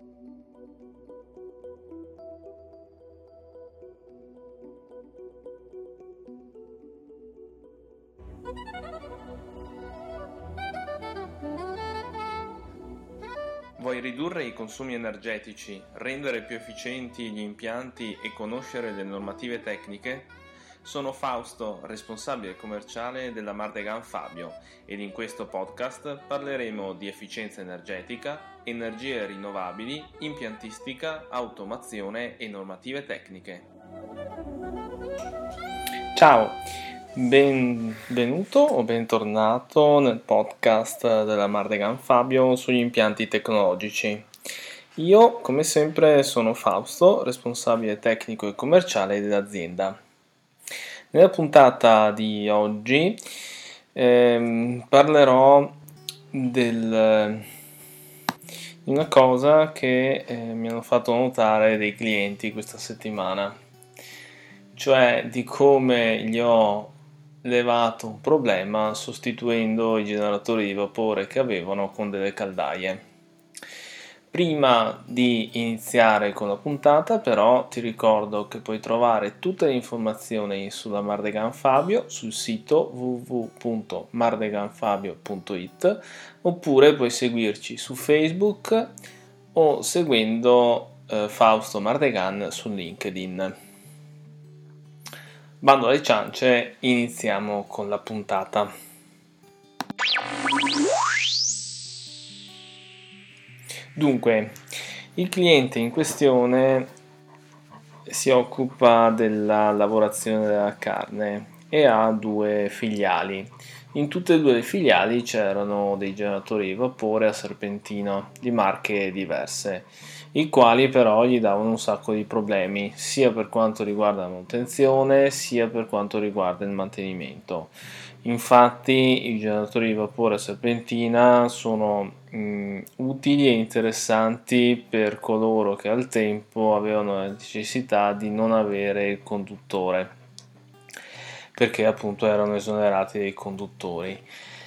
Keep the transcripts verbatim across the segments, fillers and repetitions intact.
Vuoi ridurre i consumi energetici, rendere più efficienti gli impianti e conoscere le normative tecniche? Sono Fausto, responsabile commerciale della Mardegan Fabio, ed in questo podcast parleremo di efficienza energetica, energie rinnovabili, impiantistica, automazione e normative tecniche. Ciao, benvenuto o bentornato nel podcast della Mardegan Fabio sugli impianti tecnologici. Io, come sempre, sono Fausto, responsabile tecnico e commerciale dell'azienda. Nella puntata di oggi ehm, parlerò del, di una cosa che eh, mi hanno fatto notare dei clienti questa settimana, cioè di come gli ho levato un problema sostituendo i generatori di vapore che avevano con delle caldaie. Prima di iniziare con la puntata, però, ti ricordo che puoi trovare tutte le informazioni sulla Mardegan Fabio sul sito w w w punto mardeganfabio punto i t, oppure puoi seguirci su Facebook o seguendo eh, Fausto Mardegan su LinkedIn. Bando alle ciance, iniziamo con la puntata. Dunque, il cliente in questione si occupa della lavorazione della carne e ha due filiali. In tutte e due le filiali c'erano dei generatori di vapore a serpentina di marche diverse, i quali però gli davano un sacco di problemi, sia per quanto riguarda la manutenzione, sia per quanto riguarda il mantenimento. Infatti i generatori di vapore a serpentina sono mh, utili e interessanti per coloro che al tempo avevano la necessità di non avere il conduttore, perché appunto erano esonerati dei conduttori,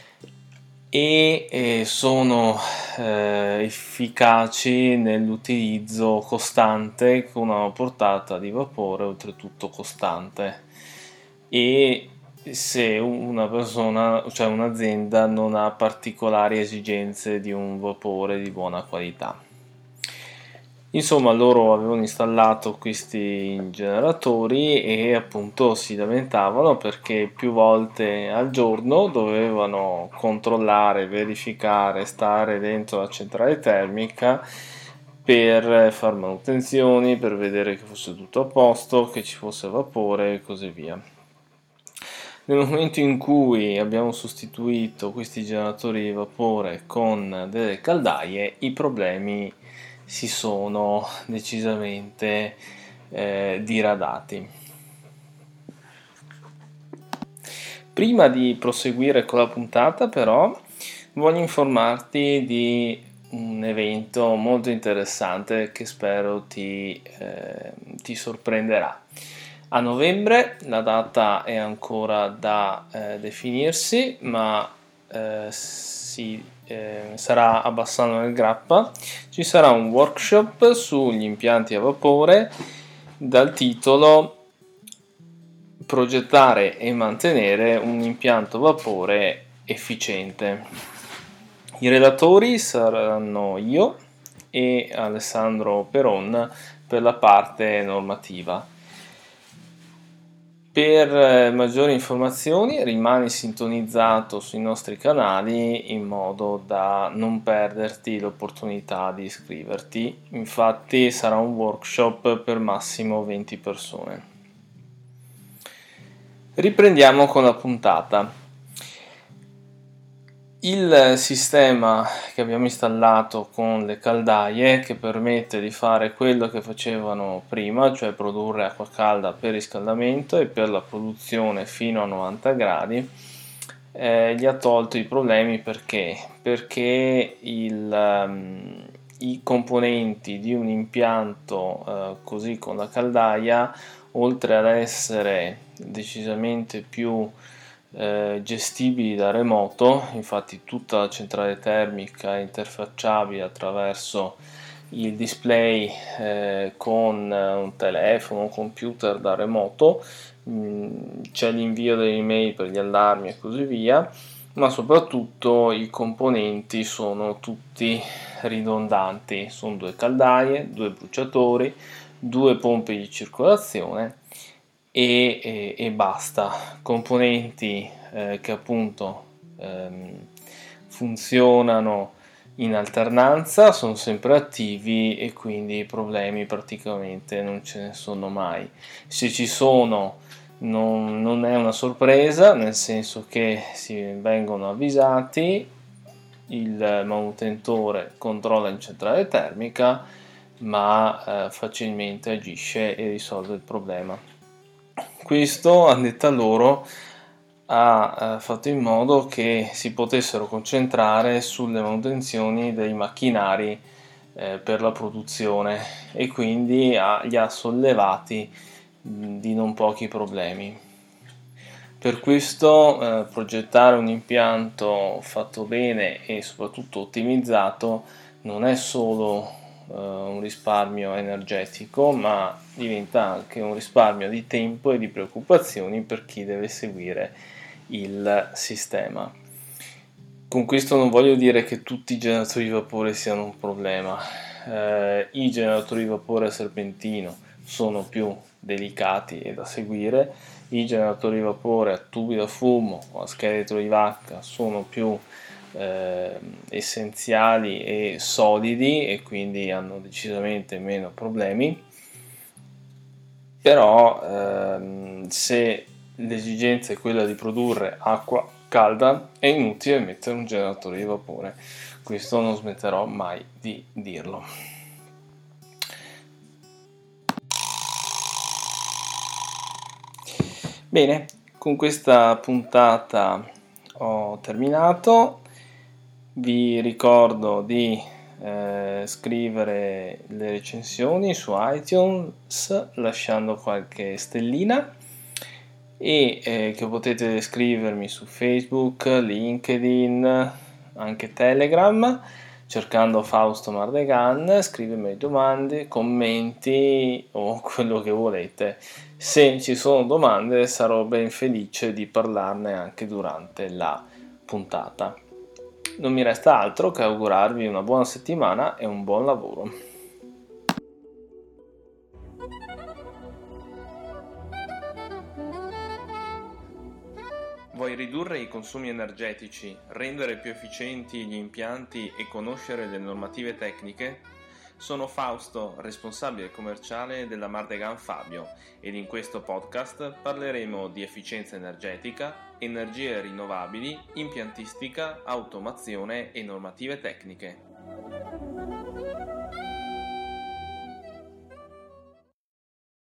e eh, sono eh, efficaci nell'utilizzo costante con una portata di vapore oltretutto costante, e se una persona, cioè un'azienda, non ha particolari esigenze di un vapore di buona qualità. Insomma, loro avevano installato questi generatori e appunto si lamentavano perché più volte al giorno dovevano controllare, verificare, stare dentro la centrale termica per fare manutenzioni, per vedere che fosse tutto a posto, che ci fosse vapore e così via. Nel momento in cui abbiamo sostituito questi generatori di vapore con delle caldaie, i problemi si sono decisamente eh, diradati. Prima di proseguire con la puntata, però, voglio informarti di un evento molto interessante che spero ti, eh, ti sorprenderà. A novembre, la data è ancora da eh, definirsi, ma eh, si, eh, sarà a Bassano del Grappa. Ci sarà un workshop sugli impianti a vapore dal titolo Progettare e mantenere un impianto a vapore efficiente. I relatori saranno io e Alessandro Peron per la parte normativa. Per maggiori informazioni rimani sintonizzato sui nostri canali in modo da non perderti l'opportunità di iscriverti. Infatti sarà un workshop per massimo venti persone. Riprendiamo con la puntata. Il sistema che abbiamo installato con le caldaie, che permette di fare quello che facevano prima, cioè produrre acqua calda per riscaldamento e per la produzione fino a novanta gradi, eh, gli ha tolto i problemi. Perché? Perché il, um, i componenti di un impianto uh, così con la caldaia, oltre ad essere decisamente più Eh, gestibili da remoto, infatti tutta la centrale termica è interfacciabile attraverso il display eh, con un telefono, un computer da remoto, mh, c'è l'invio delle email per gli allarmi e così via, ma soprattutto i componenti sono tutti ridondanti, sono due caldaie, due bruciatori, due pompe di circolazione e, e, e basta, componenti eh, che appunto ehm, funzionano in alternanza, sono sempre attivi e quindi i problemi praticamente non ce ne sono mai. Se ci sono non, non è una sorpresa, nel senso che si vengono avvisati, il manutentore controlla in centrale termica, ma eh, facilmente agisce e risolve il problema. Questo, a detta loro, ha eh, fatto in modo che si potessero concentrare sulle manutenzioni dei macchinari eh, per la produzione e quindi ha, li ha sollevati mh, di non pochi problemi. Per questo eh, progettare un impianto fatto bene e soprattutto ottimizzato non è solo eh, un risparmio energetico, ma diventa anche un risparmio di tempo e di preoccupazioni per chi deve seguire il sistema. Con questo non voglio dire che tutti i generatori di vapore siano un problema. Eh, i generatori di vapore a serpentino sono più delicati e da seguire, i generatori di vapore a tubi da fumo o a scheletro di vacca sono più eh, essenziali e solidi e quindi hanno decisamente meno problemi. Però ehm, se l'esigenza è quella di produrre acqua calda è inutile mettere un generatore di vapore, questo non smetterò mai di dirlo. Bene, con questa puntata ho terminato, vi ricordo di eh, scrivere le recensioni su iTunes lasciando qualche stellina e eh, che potete scrivermi su Facebook, LinkedIn, anche Telegram cercando Fausto Mardegan, scrivermi domande, commenti o quello che volete. Se ci sono domande sarò ben felice di parlarne anche durante la puntata. Non mi resta altro che augurarvi una buona settimana e un buon lavoro. Vuoi ridurre i consumi energetici, rendere più efficienti gli impianti e conoscere le normative tecniche? Sono Fausto, responsabile commerciale della Mardegan Fabio, ed in questo podcast parleremo di efficienza energetica, energie rinnovabili, impiantistica, automazione e normative tecniche.